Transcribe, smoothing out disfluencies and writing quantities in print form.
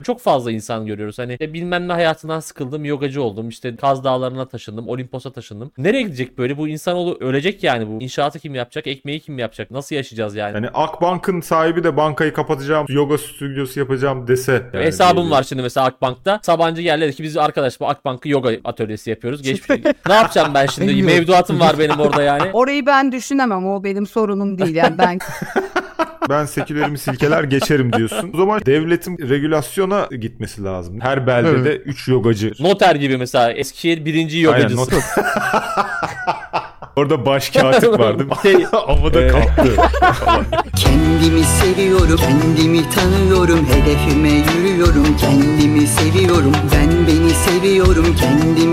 Çok fazla insan görüyoruz. Hani bilmem ne hayatından sıkıldım, yogacı oldum. İşte Kaz Dağları'na taşındım, Olimpos'a taşındım. Nereye gidecek böyle? Bu insanoğlu ölecek yani bu. İnşaatı kim yapacak? Ekmeği kim yapacak? Nasıl yaşayacağız yani? Yani Akbank'ın sahibi de bankayı kapatacağım, yoga stüdyosu yapacağım dese. Yani hesabım var şimdi mesela Akbank'ta. Sabancı geldi ki biz arkadaş bu Akbank'ı yoga atölyesi yapıyoruz. Ne yapacağım ben şimdi? Mevduatım var benim orada yani. Orayı ben düşünemem. O benim sorunum değil yani ben. Ben sekülerimi silkeler geçerim diyorsun. O zaman devletin regülasyona gitmesi lazım. Her beldede 3 yogacı. Noter gibi mesela Eskişehir 1. yogacısı. Orada baş katip vardı. Ama da kalktı. Kendimi seviyorum, kendimi tanıyorum, hedefime yürüyorum, kendimi seviyorum, ben beni seviyorum, kendim